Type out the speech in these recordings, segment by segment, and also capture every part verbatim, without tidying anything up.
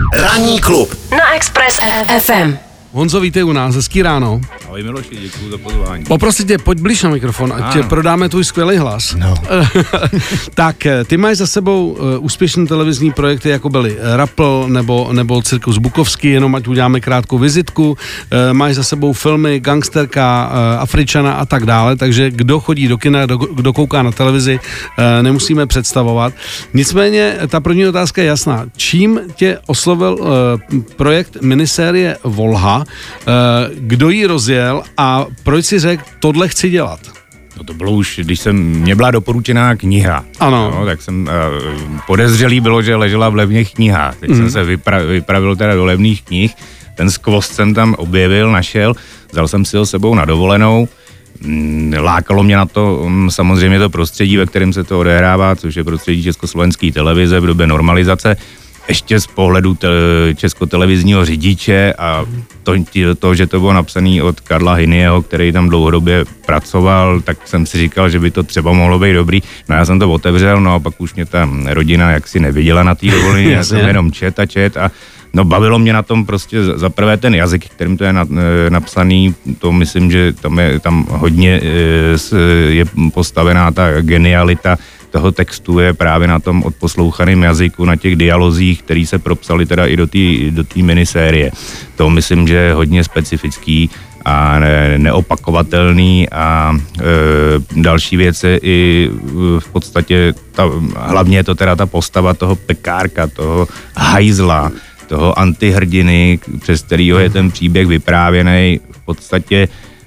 Ranní klub na Express ef em. Honzo, vítej u nás, hezký ráno. Ahoj Miloši, děkuju za pozvání. Poprosím tě, pojď blíž na mikrofon, ať tě prodáme tvůj skvělý hlas. No. Tak, ty máš za sebou uh, úspěšné televizní projekty, jako byly Rappl nebo, nebo Cirkus Bukovský, jenom ať uděláme krátkou vizitku. Uh, máš za sebou filmy Gangsterka, uh, Afričana a tak dále, takže kdo chodí do kina, kdo, kdo kouká na televizi, uh, nemusíme představovat. Nicméně, ta první otázka je jasná. Čím tě oslovil uh, projekt minisérie Volha? Uh, kdo ji rozjel a proč si řekl, tohle chci dělat? No to bylo už, když jsem, mě byla doporučená kniha. Ano. No, tak jsem, uh, podezřelý bylo, že ležela v levných knihách. Teď mm. jsem se vypra, vypravil teda do levných knih, ten skvost jsem tam objevil, našel, vzal jsem si ho sebou na dovolenou. Lákalo mě na to samozřejmě to prostředí, ve kterém se to odehrává, což je prostředí československé televize v době normalizace. Ještě z pohledu te, českotelevizního řidiče a to, to, že to bylo napsané od Karla Hynieho, který tam dlouhodobě pracoval, tak jsem si říkal, že by to třeba mohlo být dobrý. No já jsem to otevřel, no a pak už mě ta rodina jaksi neviděla na té dovolené, já jsem jenom čet a čet a no bavilo mě na tom prostě za prvé ten jazyk, kterým to je na, napsaný, to myslím, že tam je tam hodně je postavená ta genialita toho textu je právě na tom odposlouchaném jazyku, na těch dialozích, který se propsali teda i do té do té minisérie. To myslím, že je hodně specifický a ne, neopakovatelný a e, další věc je i v podstatě, ta, hlavně je to teda ta postava toho pekárka, toho hajzla, toho antihrdiny, přes kterýho je ten příběh vyprávěný v podstatě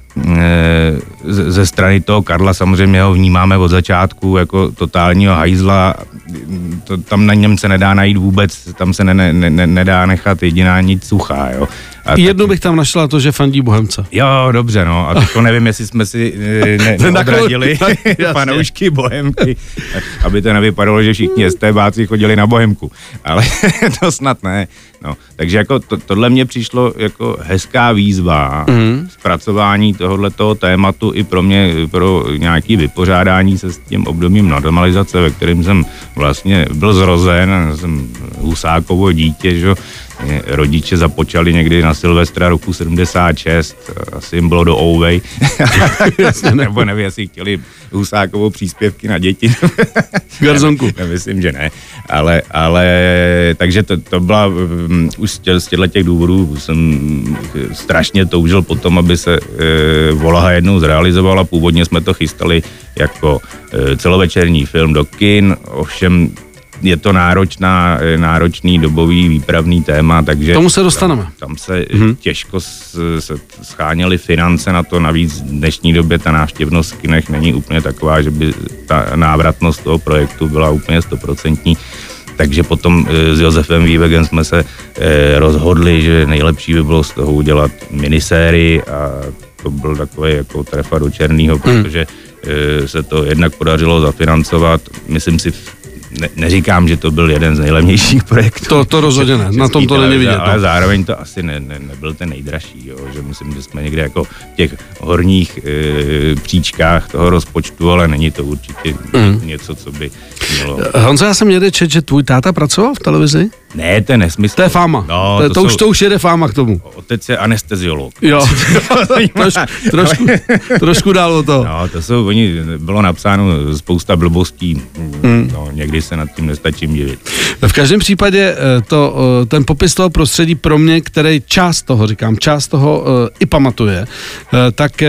ze strany toho Karla samozřejmě ho vnímáme od začátku jako totálního hajzla, to, tam na něm se nedá najít vůbec, tam se ne, ne, ne, nedá nechat jediná nic suchá, jo. A jednu taky, bych tam našla to, že fandí Bohemce. Jo, dobře, no, a to nevím, jestli jsme si ne, neodradili fanoušky Bohemky, aby to nevypadalo, že všichni STBáci chodili na Bohemku, ale to snad ne, no, takže jako to, tohle mě přišlo jako hezká výzva, mm. zpracování tohoto tématu i pro mě, pro nějaké vypořádání se s tím obdobím normalizace, ve kterém jsem vlastně byl zrozen, jsem Husákovo dítě, že rodiče započali někdy na Silvestra roku sedmdesát šest, asi jim bylo do Ouvej, nebo nevím, jestli chtěli Husákovo příspěvky na děti. Garzonku. Nemyslím, že ne, ale, ale takže to, to byla, um, už z těchto těch důvodů jsem strašně toužil potom, aby se e, Volha jednou zrealizovala, původně jsme to chystali jako e, celovečerní film do kin, ovšem je to náročná, náročný dobový výpravný téma, takže tomu se dostaneme. Tam, tam se mm-hmm. těžko s, se scháněly finance na to, navíc v dnešní době ta návštěvnost v kinech není úplně taková, že by ta návratnost toho projektu byla úplně stoprocentní. Takže potom s Josefem Vývegem jsme se eh, rozhodli, že nejlepší by bylo z toho udělat minisérii a to byl takový jako trefa do černýho, protože eh, se to jednak podařilo zafinancovat, myslím si, Ne, neříkám, že to byl jeden z nejlevnějších projektů. To, to rozhodně ne, na tom to není vidět. Ale zároveň to asi ne, ne, nebyl ten nejdražší, jo, že myslím, že jsme někde jako v těch horních e, příčkách toho rozpočtu, ale není to určitě mm. něco, co by mělo. Honzo, já jsem někde čet, že tvůj táta pracoval v televizi? Ne, to je nesmysl. To je fáma. No, to, to, to jsou, už to už jede fáma k tomu. Otec je anesteziolog. Jo, trošku, trošku, trošku dál o to. No, to jsou, oni, bylo napsáno spousta blbostí, mm. no, někdy se nad tím nestačím divit. V každém případě to, ten popis toho prostředí pro mě, který část toho, říkám, část toho i pamatuje, tak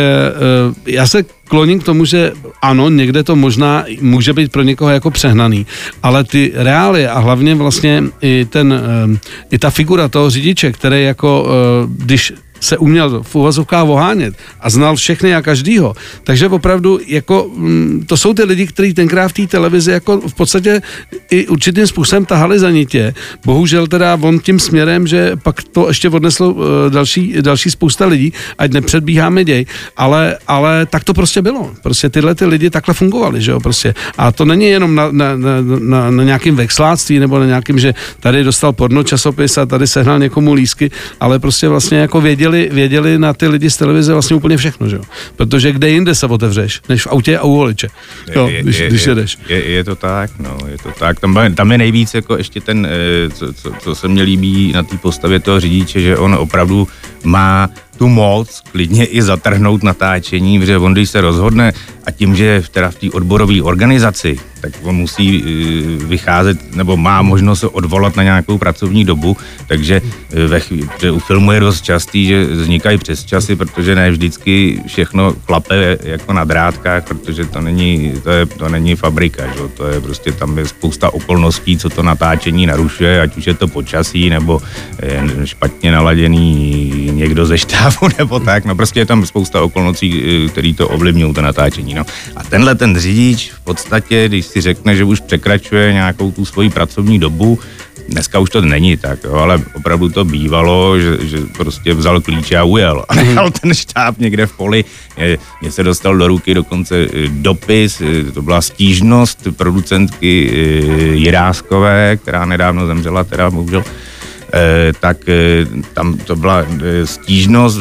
já se kloním k tomu, že ano, někde to možná může být pro někoho jako přehnaný, ale ty reálie a hlavně vlastně i, ten, i ta figura toho řidiče, který jako, když se uměl v uvozovkách ohánět a znal všechny a každýho. Takže opravdu jako, to jsou ty lidi, kteří tenkrát v té televizi jako v podstatě i určitým způsobem tahali za nitě. Bohužel teda on tím směrem, že pak to ještě odneslo další, další spousta lidí, ať nepředbíháme děj, ale, ale tak to prostě bylo. Prostě tyhle ty lidi takhle fungovali, že jo, prostě. A to není jenom na, na, na, na, na nějakým vexláctví nebo na nějakým, že tady dostal porno časopis a tady sehnal někomu lísky, ale prostě vlastně jako věděli, věděli, věděli na ty lidi z televize vlastně úplně všechno, že jo? Protože kde jinde se otevřeš, než v autě a u voliče, jo, je, když, je, když jedeš. Je, je to tak, no, je to tak. Tam, tam je nejvíc jako ještě ten, co, co, co se mně líbí na té postavě toho řidiče, že on opravdu má tu moc klidně i zatrhnout natáčení, protože on, když se rozhodne a tím, že teda v té odborové organizaci, tak on musí vycházet, nebo má možnost se odvolat na nějakou pracovní dobu, takže ve chvíli, že u filmu je dost častý, že vznikají přesčasy, protože ne vždycky všechno klape jako na drátkách, protože to není, to je, to není fabrika, že? To je prostě, tam je spousta okolností, co to natáčení narušuje, ať už je to počasí, nebo je špatně naladěný někdo ze štábu, nebo tak, no prostě je tam spousta okolností, který to ovlivňují to natáčení, no. A tenhle ten řidič v podstatě, když si řekne, že už překračuje nějakou tu svoji pracovní dobu, dneska už to není tak, jo, ale opravdu to bývalo, že, že prostě vzal klíče a ujel a nechal ten štáb někde v poli. Mně se dostal do ruky dokonce dopis, to byla stížnost producentky Jiráskové, která nedávno zemřela, teda bohužel, tak tam to byla stížnost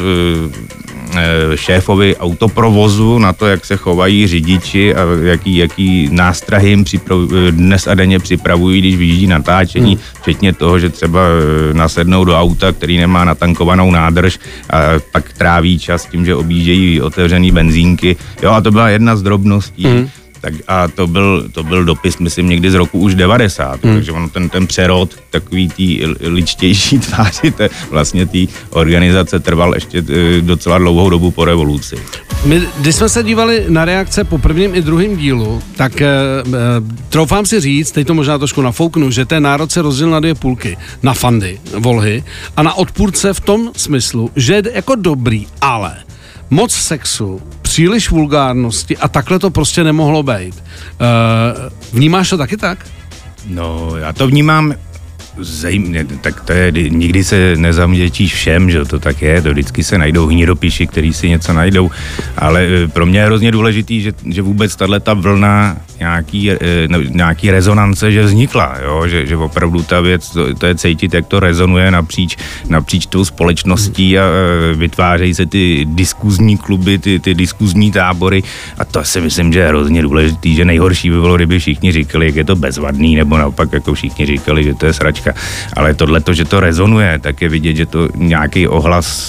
šéfovi autoprovozu na to, jak se chovají řidiči a jaký, jaký nástrahy jim připrav- dnes a denně připravují, když vyjíždí natáčení, hmm. včetně toho, že třeba nasednou do auta, který nemá natankovanou nádrž a tak tráví čas tím, že objíždějí otevřený benzínky. Jo, a to byla jedna z drobností. Hmm. Tak a to byl, to byl dopis, myslím, někdy z roku už devadesát, hmm. takže on ten, ten přerod takový tý ličtější tváři te, vlastně té organizace trval ještě docela dlouhou dobu po revoluci. My, když jsme se dívali na reakce po prvním i druhém dílu, tak e, e, troufám si říct, teď to možná trošku nafouknu, že ten národ se rozdělil na dvě půlky, na fandy, volhy a na odpůrce v tom smyslu, že je jako dobrý, ale moc sexu, příliš vulgárnosti a takhle to prostě nemohlo být. E, vnímáš to taky tak? No, já to vnímám zajímavě, tak to je, nikdy se nezavděčíš všem, že to tak je, to vždycky se najdou hníropiši, který si něco najdou, ale pro mě je hrozně důležitý, že, že vůbec tato vlna nějaký, nějaký rezonance, že vznikla, jo? Že, že opravdu ta věc, to, to je cítit, jak to rezonuje napříč, napříč tou společností a vytvářejí se ty diskuzní kluby, ty, ty diskuzní tábory a to si myslím, že je hrozně důležitý, že nejhorší by bylo, kdyby všichni říkali, jak je to bezvadný, nebo naopak jako všichni říkali, že to je sračka. Ale tohleto, že to rezonuje, tak je vidět, že to nějaký ohlas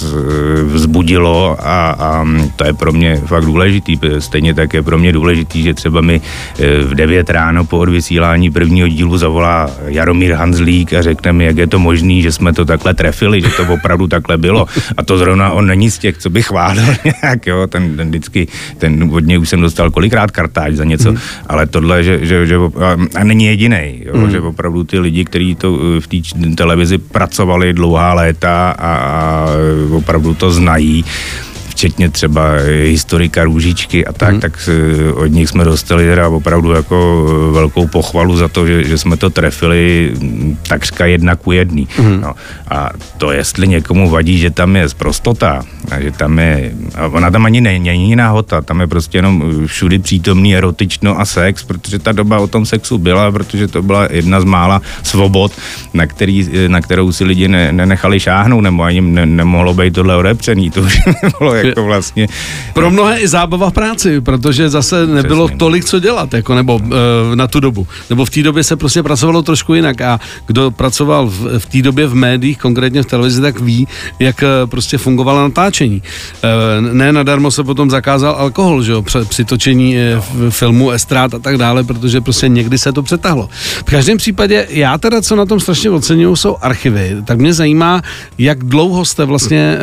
vzbudilo a, a to je pro mě fakt důležitý. Stejně tak je pro mě důležitý, že třeba mi v devět ráno po odvysílání prvního dílu zavolá Jaromír Hanzlík a řekne mi, jak je to možný, že jsme to takhle trefili, že to opravdu takhle bylo. A to zrovna on není z těch, co by chválil nějak, jo, ten, ten vždycky, ten od něj už jsem dostal kolikrát kartáč za něco, mm. ale tohle, že, že, že a není jedinej, jo, mm. že opravdu ty lidi, kteří to v té televizi pracovali dlouhá léta a, a opravdu to znají, včetně třeba historika Růžičky a tak, hmm. tak od nich jsme dostali teda opravdu jako velkou pochvalu za to, že, že jsme to trefili takřka jedna ku jedný. Hmm. No, a to jestli někomu vadí, že tam je sprostota, a že tam je, a ona tam ani není, není náhota, tam je prostě jenom všudy přítomný erotično a sex, protože ta doba o tom sexu byla, protože to byla jedna z mála svobod, na, který, na kterou si lidi ne, nenechali šáhnout, nebo ani ne, nemohlo být tohle odepřený, to už bylo jako vlastně. Pro mnohé i zábava v práci, protože zase nebylo Přesně. tolik co dělat, jako nebo e, na tu dobu. Nebo v té době se prostě pracovalo trošku jinak a kdo pracoval v, v té době v médiích, konkrétně v televizi, tak ví, jak e, prostě fungovalo natáčení. E, ne nadarmo se potom zakázal alkohol, že jo, při, při točení e, v, filmu, estrád a tak dále, protože prostě někdy se to přetahlo. V každém případě, já teda, co na tom strašně oceňuju, jsou archivy. Tak mě zajímá, jak dlouho jste vlastně,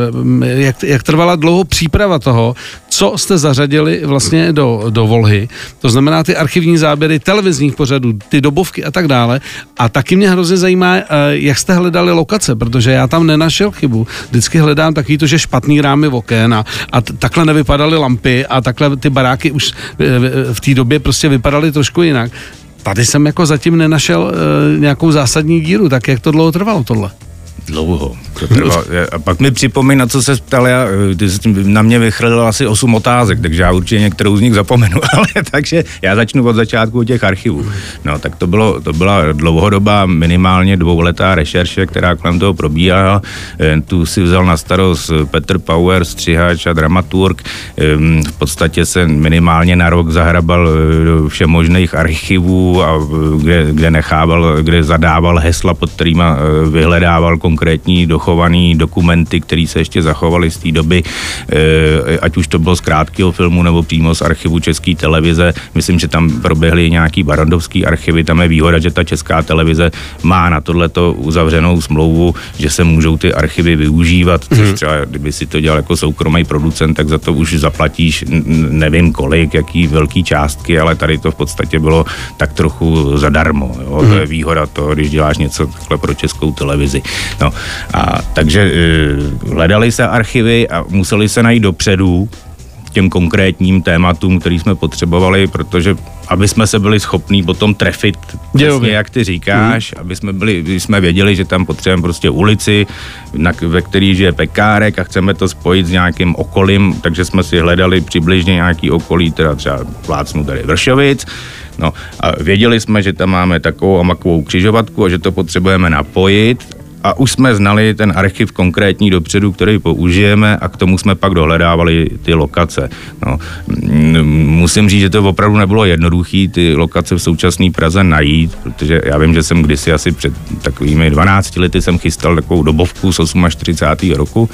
e, jak, jak trvala dlouho příprava toho, co jste zařadili vlastně do, do Volhy. To znamená ty archivní záběry televizních pořadů, ty dobovky a tak dále. A taky mě hrozně zajímá, jak jste hledali lokace, protože já tam nenašel chybu. Vždycky hledám takový to, že špatný rámy oken a, a t- takhle nevypadaly lampy a takhle ty baráky už v té době prostě vypadaly trošku jinak. Tady jsem jako zatím nenašel uh, nějakou zásadní díru, tak jak to dlouho trvalo tohle? Dlouho. To trvalo. A pak mi připomeň, na co se ptal, já, ty jsi na mě vychrlil asi osm otázek, takže já určitě některou z nich zapomenu, ale takže já začnu od začátku těch archivů. No, tak to bylo, to byla dlouhodobá, minimálně dvouletá rešerše, která kolem toho probíhala. Tu si vzal na starost Petr Pauer, střihač a dramaturg. V podstatě se minimálně na rok zahrabal do všemožných archivů, a kde, kde nechával, kde zadával hesla, pod kterýma vyhledával konkrétní dochovaný dokumenty, které se ještě zachovaly z té doby, ať už to bylo z krátkého filmu nebo přímo z archivu České televize. Myslím, že tam proběhly nějaký barandovský archivy. Tam je výhoda, že ta Česká televize má na tohleto uzavřenou smlouvu, že se můžou ty archivy využívat, což třeba, kdyby si to dělal jako soukromý producent, tak za to už zaplatíš nevím kolik, jaký velký částky, ale tady to v podstatě bylo tak trochu zadarmo. Jo? To je výhoda toho, když děláš něco takhle pro Českou televizi. No, a takže uh, hledali se archivy a museli se najít dopředu těm konkrétním tématům, který jsme potřebovali, protože aby jsme se byli schopní potom trefit přesně, jak ty říkáš, mm. aby jsme byli, jsme věděli, že tam potřebujeme prostě ulici, na, ve který žije pekárek a chceme to spojit s nějakým okolím, takže jsme si hledali přibližně nějaký okolí, teda třeba plácnu tady Vršovic. No a věděli jsme, že tam máme takovou a makovou křižovatku a že to potřebujeme napojit. A už jsme znali ten archiv konkrétní dopředu, který použijeme, a k tomu jsme pak dohledávali ty lokace. No, musím říct, že to opravdu nebylo jednoduché ty lokace v současné Praze najít, protože já vím, že jsem kdysi asi před takovými dvanácti lety jsem chystal takovou dobovku z čtyřicátého osmého roku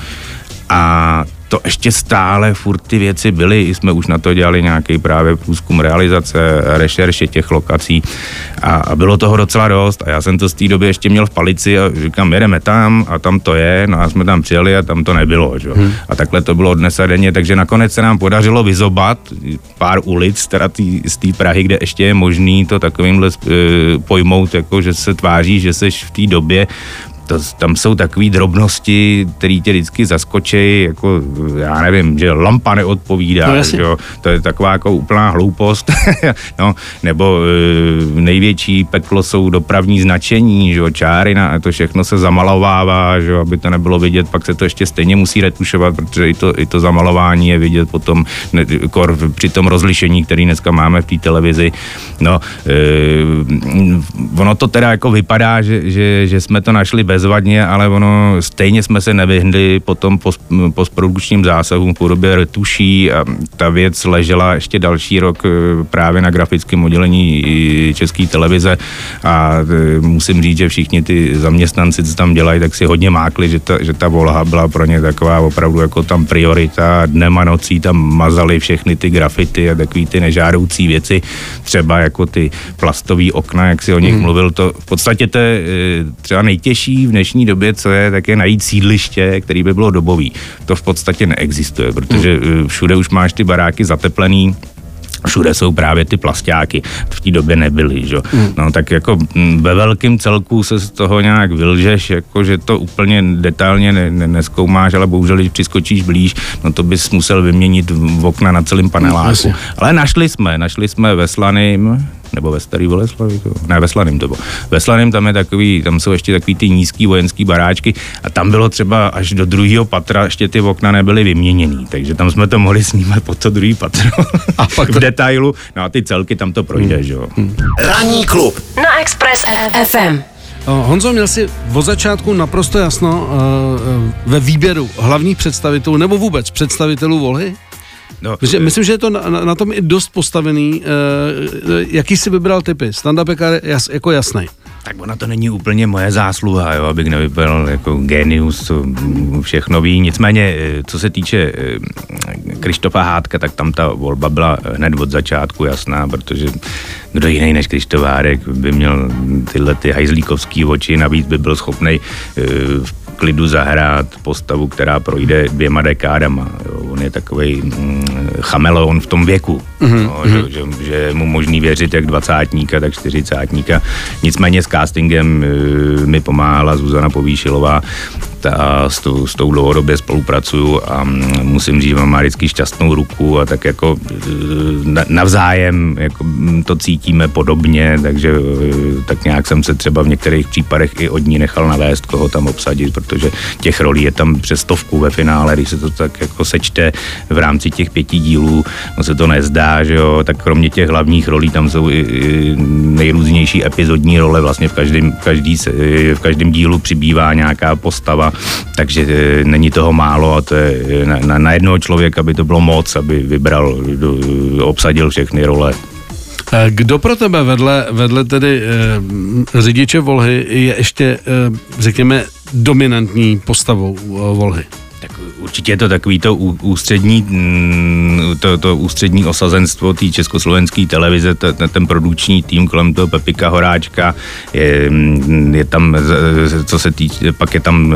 a to ještě stále furt ty věci byly, jsme už na to dělali nějaký právě průzkum realizace, rešerše těch lokací a, a bylo toho docela dost a já jsem to z té doby ještě měl v palici a říkám, jedeme tam a tam to je, no a jsme tam přijeli a tam to nebylo, že? Hmm. A takhle to bylo dnes a denně, takže nakonec se nám podařilo vyzobat pár ulic, teda tý, z té Prahy, kde ještě je možný to takovýmhle e, pojmout, jako že se tváří, že seš v té době. To, tam jsou takové drobnosti, které tě vždycky zaskočí, jako já nevím, že lampa neodpovídá, no, že jo, to je taková jako úplná hloupost, no, nebo e, největší peklo jsou dopravní značení, že jo, čáry, na, to všechno se zamalovává, že jo, aby to nebylo vidět, pak se to ještě stejně musí retušovat, protože i to, i to zamalování je vidět potom ne, kor, při tom rozlišení, který dneska máme v té televizi, no, e, ono to teda jako vypadá, že, že, že jsme to našli bezvadně, ale ono stejně jsme se nevyhli potom postprodukčním zásahům v podobě retuší a ta věc ležela ještě další rok právě na grafickém oddělení České televize a musím říct, že všichni ty zaměstnanci, co tam dělají, tak si hodně mákli, že ta, že ta volha byla pro ně taková opravdu jako tam priorita, dnem a nocí tam mazali všechny ty grafity a takový ty nežádoucí věci, třeba jako ty plastový okna, jak si o nich hmm. mluvil, to v podstatě to je třeba nejtěžší v dnešní době, co je, tak je najít sídliště, který by bylo dobový. To v podstatě neexistuje, protože všude už máš ty baráky zateplený, všude jsou právě ty plasťáky, v té době nebyly, že? Mm. No tak jako ve velkém celku se z toho nějak vylžeš, jako že to úplně detailně ne, ne, neskoumáš, ale bohužel, když přiskočíš blíž, no to bys musel vyměnit v okna na celém paneláku. Mm, ale našli jsme, našli jsme ve Slaným, nebo ve Starý Boleslavi, ne, ve Slaným to bylo. Ve Slaným tam je takový, tam jsou ještě takový ty nízký vojenský baráčky a tam bylo třeba až do druhého patra, ještě ty okna nebyly vyměněný, takže tam jsme to mohli snímat pod to druhý patro. A pak v detailu, no a ty celky tam to projde, hmm. že jo. Hmm. Ranní klub na Express F M. Honzo, měl jsi od začátku naprosto jasno uh, ve výběru hlavních představitelů, nebo vůbec představitelů Volhy? No, Protože myslím, že je to na, na tom i dost postavený. Uh, jaký jsi vybral typy? Stand-up je jas, jako jasný. Tak ona to není úplně moje zásluha, jo, abych nevypadal jako genius, všechno ví. Nicméně, co se týče Krištofa Hádka, tak tam ta volba byla hned od začátku jasná, protože kdo jiný než Krištof Hádek by měl tyhle ty hajzlíkovský oči, navíc by byl schopnej v klidu zahrát postavu, která projde dvěma dekádama. Jo. On je takovej mm, chameleon v tom věku, mm-hmm. no, že, že, že je mu možný věřit jak dvacátníka, tak čtyřicátníka. Nicméně s castingem e, mi pomáhala Zuzana Povýšilová, ta, s, tou, s tou dlouhodobě spolupracuju a musím říct, mám vždycky šťastnou ruku a tak jako navzájem jako to cítíme podobně, takže tak nějak jsem se třeba v některých případech i od ní nechal navést, koho tam obsadit, protože těch rolí je tam přes stovku ve finále, když se to tak jako sečte v rámci těch pěti dílů, no se to nezdá, že jo, tak kromě těch hlavních rolí tam jsou i, i nejrůznější epizodní role, vlastně v každém, každý, v každém dílu přibývá nějaká postava, takže není toho málo a to je na, na, na jednoho člověka by to bylo moc, aby vybral, do, obsadil všechny role. Kdo pro tebe vedle, vedle tedy e, řidiče Volhy je ještě, e, řekněme, dominantní postavou e, Volhy? Tak určitě je to takový to ústřední, to, to ústřední osazenstvo té československé televize, to, ten produkční tým kolem toho Pepika Horáčka, je, je tam, co se týče, pak je tam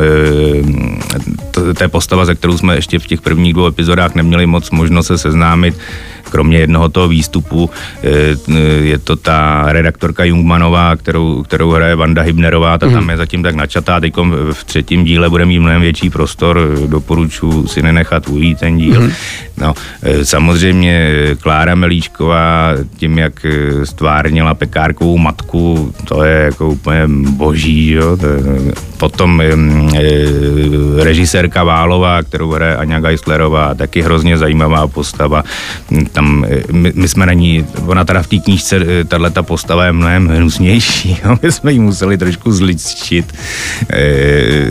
to, té postava, ze kterou jsme ještě v těch prvních dvou epizodách neměli moc možnost se seznámit. Kromě jednoho toho výstupu je to ta redaktorka Jungmanová, kterou, kterou hraje Vanda Hybnerová, ta tam je zatím tak načatá, teď v třetím díle bude mít mnohem větší prostor, doporučuji si nenechat ujít ten díl. Mm. No, samozřejmě Klára Melíčková, tím, jak stvárnila pekárkovou matku, to je jako úplně boží, jo. Potom režisérka Válová, kterou hraje Aňa Geislerová, taky hrozně zajímavá postava. Tam, my, my jsme na ní, ona teda v té knížce, tato postava je mnohem hnusnější, jo? My jsme ji museli trošku zlidštit. E,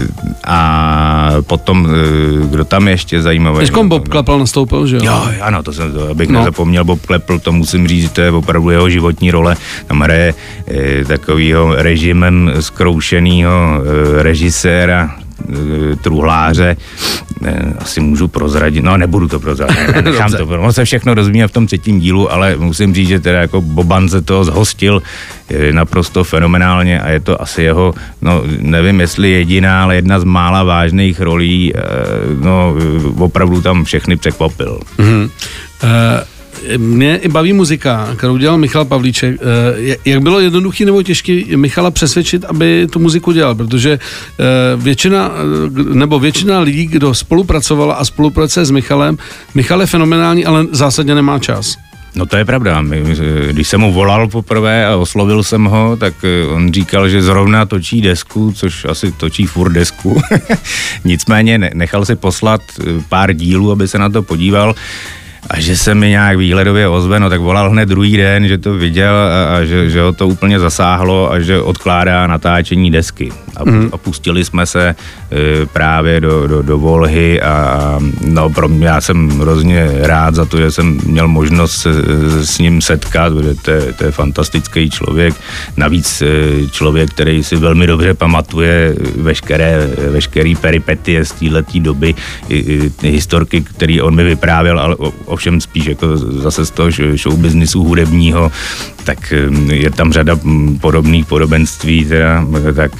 a potom, kdo tam ještě zajímavý? Teďkom Bob Klepl nastoupil, že jo? Jo, ano, to jsem, to, abych no. nezapomněl, Bob Klepl, to musím říct, to je opravdu jeho životní role. Tam hraje e, takovýho režimem zkroušenýho e, režiséra, truhláře, asi můžu prozradit, no nebudu to prozradit, ne, nechám to, on se všechno rozvíjí v tom třetím dílu, ale musím říct, že teda jako Boban se toho zhostil naprosto fenomenálně a je to asi jeho, no nevím jestli jediná, ale jedna z mála vážných rolí, no opravdu tam všechny překvapil. Mm-hmm. Uh... Mě i baví muzika, kterou dělal Michal Pavlíček. Jak bylo jednoduchý nebo těžký Michala přesvědčit, aby tu muziku dělal, protože většina, nebo většina lidí, kdo spolupracovala a spolupracuje s Michalem, Michal je fenomenální, ale zásadně nemá čas. No to je pravda. Když jsem mu volal poprvé a oslovil jsem ho, tak on říkal, že zrovna točí desku, což asi točí furt desku. Nicméně nechal si poslat pár dílů, aby se na to podíval. A že se mi nějak výhledově ozve, no tak volal hned druhý den, že to viděl a, a že, že ho to úplně zasáhlo a že odkládá natáčení desky. A, mm. a pustili jsme se e, právě do, do, do Volhy a no pro mě, já jsem hrozně rád za to, že jsem měl možnost se, s ním setkat, protože to je, to je fantastický člověk. Navíc e, člověk, který si velmi dobře pamatuje veškeré, veškeré peripetie z téhletý doby, i, i, historky, které on mi vyprávěl, ale o, ovšem spíš jako zase z toho showbiznisu hudebního, tak je tam řada podobných podobenství, teda, tak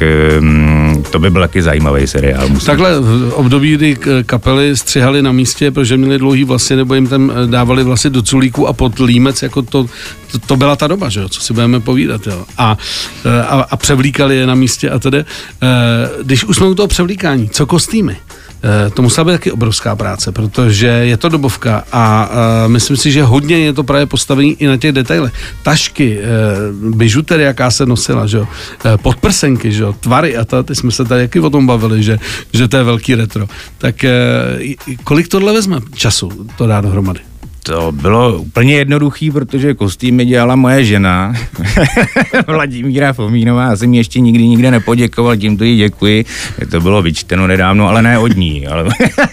to by byl taky zajímavý seriál. Takhle v období, kdy kapely střihali na místě, protože měli dlouhý vlasy, nebo jim tam dávali vlasy do culíku a pod límec, jako to, to, to byla ta doba, že jo, co si budeme povídat, jo. A, a, a převlíkali je na místě a tedy. Když už jsme u toho převlíkání, co kostýmy? To musela být taky obrovská práce, protože je to dobovka a, a myslím si, že hodně je to právě postavený i na těch detailech. Tašky, bižutery, jaká se nosila, že jo, podprsenky, že jo, tvary a to, ty jsme se tady taky o tom bavili, že, že to je velký retro. Tak kolik tohle vezme času to dá dohromady? To bylo úplně jednoduchý, protože kostýmy dělala moje žena, Vladimíra Fomínová, já jsem jí ještě nikdy nikde nepoděkoval, tímto jí děkuji, to bylo vyčteno nedávno, ale ne od ní, ale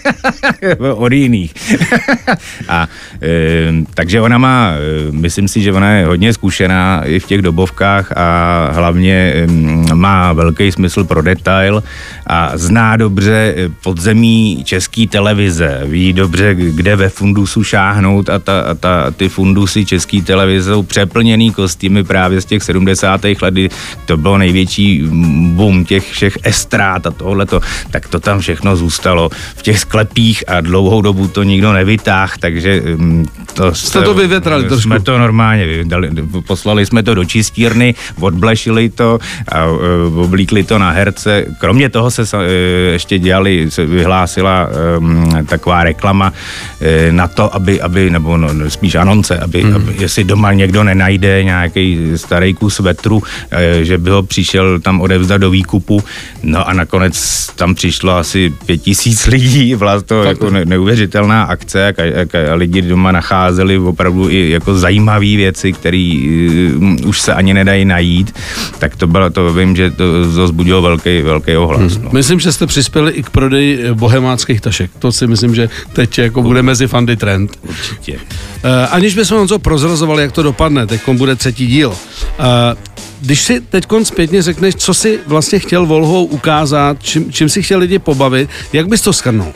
od jiných. A e, takže ona má, myslím si, že ona je hodně zkušená i v těch dobovkách a hlavně e, má velký smysl pro detail a zná dobře podzemí české televize, ví dobře, kde ve fundusu šáhnout, Hollywood a, ta, a ta, ty fundusy české televize jsou přeplněný kostýmy právě z těch sedmdesátých let, to bylo největší boom těch všech estrád a tohleto, tak to tam všechno zůstalo v těch sklepích a dlouhou dobu to nikdo nevytáhl, takže to jste to vyvětrali trošku. Jsme to normálně vyvětrali, poslali jsme to do čistírny, odblešili to a uh, oblíkli to na herce. Kromě toho se uh, ještě dělali, se vyhlásila um, taková reklama uh, na to, aby, aby nebo no, spíš anonce, aby, hmm. aby jestli doma někdo nenajde nějaký starý kus vetru, uh, že by ho přišel tam odevzdat do výkupu. No a nakonec tam přišlo asi pět tisíc lidí, vlastně to jako ne, neuvěřitelná akce, jak, jak, jak lidi doma nacházeli opravdu i jako zajímavé věci, které uh, už se ani nedají najít, tak to bylo, to vím, že to zazbudilo velký, velký ohlas. Hmm. No. Myslím, že jste přispěli i k prodeji bohemáckých tašek. To si myslím, že teď jako bude mezi fandy trend. Určitě. Uh, aniž bychom Honzo prozrazovali, jak to dopadne, teď bude třetí díl. Uh, Když si teď zpětně řekneš, co si vlastně chtěl Volhou ukázat, čím, čím si chtěl lidi pobavit, jak bys to shrnul?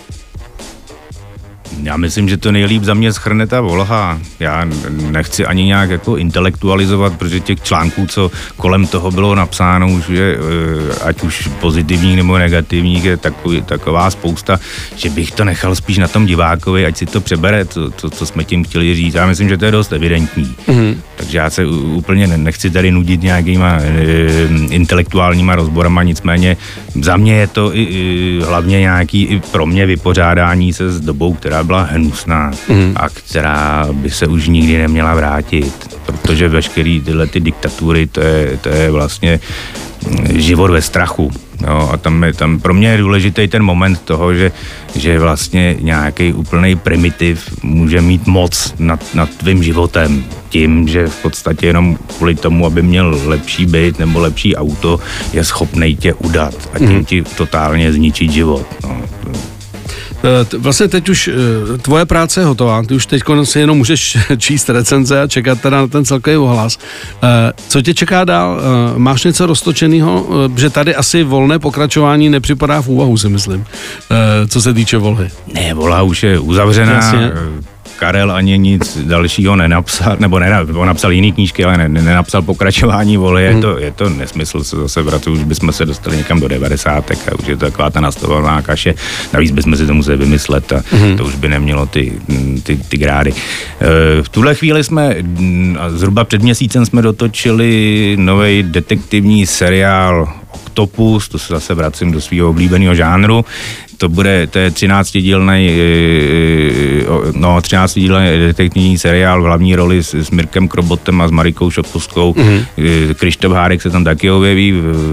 Já myslím, že to nejlíp za mě shrne ta Volha. Já nechci ani nějak jako intelektualizovat, protože těch článků, co kolem toho bylo napsáno, už je, ať už pozitivních nebo negativních, je takový, taková spousta, že bych to nechal spíš na tom divákovi, ať si to přebere, co, co, co jsme tím chtěli říct. Já myslím, že to je dost evidentní. Mm-hmm. Takže já se úplně nechci tady nudit nějakýma e, intelektuálníma rozborama, nicméně za mě je to i, i, hlavně nějaký i pro mě vypořádání se s dobou, která byla hnusná mm. a která by se už nikdy neměla vrátit, protože veškerý tyhle ty diktatury, to je, to je vlastně život ve strachu. No, a tam, je, tam pro mě je důležitý ten moment toho, že, že vlastně nějaký úplný primitiv může mít moc nad, nad tvým životem tím, že v podstatě jenom kvůli tomu, aby měl lepší byt nebo lepší auto, je schopnej tě udat a tím mm. ti totálně zničit život. No. Vlastně teď už tvoje práce je hotová, ty už teď si jenom můžeš číst recenze a čekat teda na ten celkový ohlas. Co tě čeká dál? Máš něco roztočenýho? Že tady asi volné pokračování nepřipadá v úvahu, si myslím, co se týče Volhy. Ne, Volha už je uzavřená. Jasně. Karel ani nic dalšího nenapsal, nebo nenapsal, napsal jiný knížky, ale ne, nenapsal pokračování Volhy, je, hmm. to, je to nesmysl se zase vracet, už bychom se dostali někam do devadesátek a už je to taková ta nastavovaná kaše, navíc bychom si to museli vymyslet a hmm. to už by nemělo ty, ty, ty grády. V tuhle chvíli jsme, zhruba před měsícem jsme dotočili nový detektivní seriál Oktopus, to se zase vracím do svého oblíbeného žánru. To bude, to je třináctidílný, no, třináctidílný detektivní seriál v hlavní roli s, s Mirkem Krobotem a s Marikou Šopuskou. Mm-hmm. Krištof Hárek se tam taky objeví,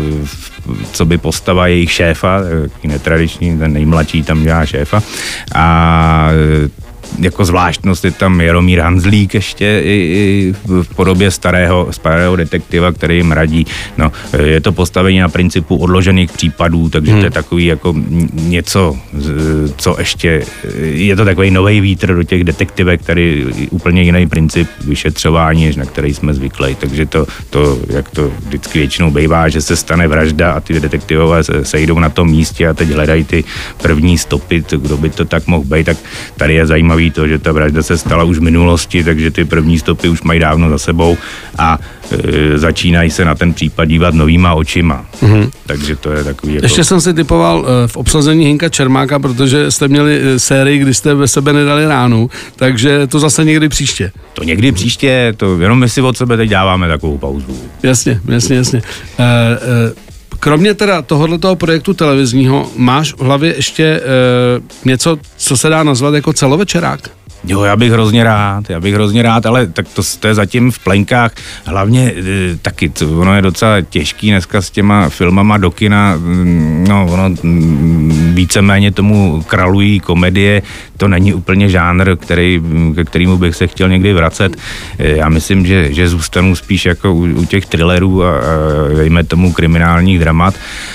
co by postava jejich šéfa, takový netradiční, ten nejmladší tam dělá šéfa. A jako zvláštnost je tam Jaromír Hanzlík ještě i, i v podobě starého, starého detektiva, který jim radí. No, je to postavení na principu odložených případů, takže hmm. to je takový jako něco, co ještě, je to takový nový vítr do těch detektivek, který úplně jiný princip vyšetřování, než na který jsme zvyklí. Takže to, to, jak to vždycky většinou bývá, že se stane vražda a ty detektivové se sejdou na tom místě a teď hledají ty první stopy, kdo by to tak mohl být, tak tady je zajímavý to, že ta vražda se stala už v minulosti, takže ty první stopy už mají dávno za sebou a e, začínají se na ten případ dívat novýma očima. Mm-hmm. Takže to je takový jako... Ještě jsem si typoval e, v obsazení Hinka Čermáka, protože jste měli e, sérii, kdy jste ve sebe nedali ránu, takže to zase někdy příště. To někdy příště, to jenom my si od sebe teď dáváme takovou pauzu. Jasně, jasně, jasně. E, e, Kromě teda tohoto projektu televizního, máš v hlavě ještě e, něco, co se dá nazvat jako celovečerák? Jo, já bych hrozně rád, já bych hrozně rád, ale tak to, to je zatím v plenkách. Hlavně e, taky, to, ono je docela těžký dneska s těma filmama do kina, no ono víceméně tomu kralují komedie, to není úplně žánr, který, ke kterému bych se chtěl někdy vracet. E, já myslím, že, že zůstanu spíš jako u, u těch thrillerů a, a dejme tomu kriminálních dramat.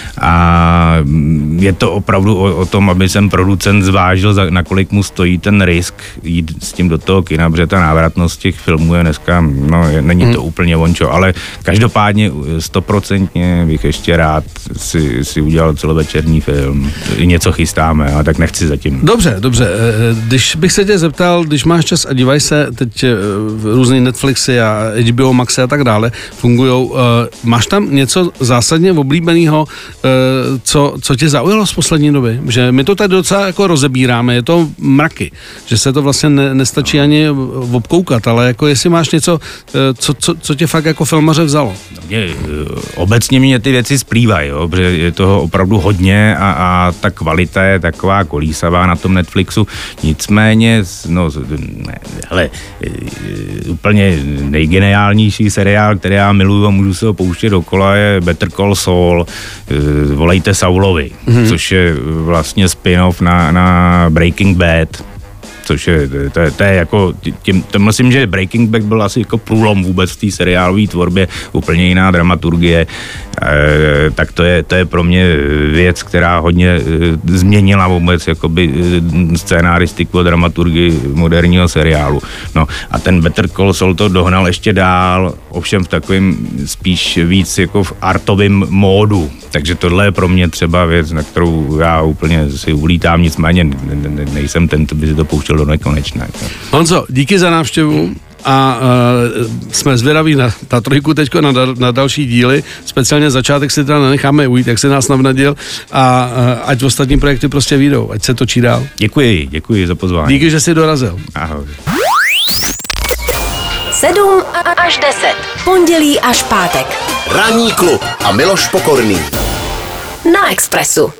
A je to opravdu o, o tom, aby jsem producent zvážil, za, nakolik mu stojí ten risk jít s tím do toho kina, protože ta návratnost těch filmů je dneska, no, není to hmm. úplně vončo, ale každopádně stoprocentně bych ještě rád si, si udělal celovečerní film. Něco chystáme, a tak nechci zatím. Dobře, dobře. Když bych se tě zeptal, když máš čas a dívaj se, teď různý Netflixy a H B O Maxy a tak dále fungujou, máš tam něco zásadně oblíbeného, co, co tě zaujalo z poslední doby? Že my to tady docela jako rozebíráme, je to mraky, že se to vlastně ne, nestačí ani obkoukat, ale jako jestli máš něco, co, co, co tě fakt jako filmaře vzalo? Mě, obecně mě ty věci splývají, jo, protože je toho opravdu hodně a, a ta kvalita je taková kolísavá na tom Netflixu, nicméně, no, ne, hele, úplně nejgeniálnější seriál, který já miluju a můžu se ho pouštět dokola, je Better Call Saul, volejte Saulovi, mm-hmm. což je vlastně spin-off na, na Breaking Bad, což je, to je, to je jako, tím, to myslím, že Breaking Bad byl asi jako průlom vůbec v té seriálové tvorbě, úplně jiná dramaturgie, e, tak to je, to je pro mě věc, která hodně e, změnila vůbec jakoby e, scénaristiku a dramaturgii moderního seriálu. No a ten Better Call Saul to dohnal ještě dál, ovšem v takovém spíš víc jako v artovém módu, takže tohle je pro mě třeba věc, na kterou já úplně si ulítám, nicméně ne, ne, nejsem ten, kdo by si to pouštěl do nekonečna. Honzo, díky za návštěvu a uh, jsme zvědaví na, na trojku teďko, na, na další díly, speciálně začátek si teda nenecháme ujít, jak se nás navnadil a uh, ať ostatní projekty prostě vyjdou, ať se točí dál. Děkuji, děkuji za pozvání. Díky, že jsi dorazil. Ahoj. sedm až deset. Pondělí až pátek. Ranní klub a Miloš Pokorný. Na Expressu.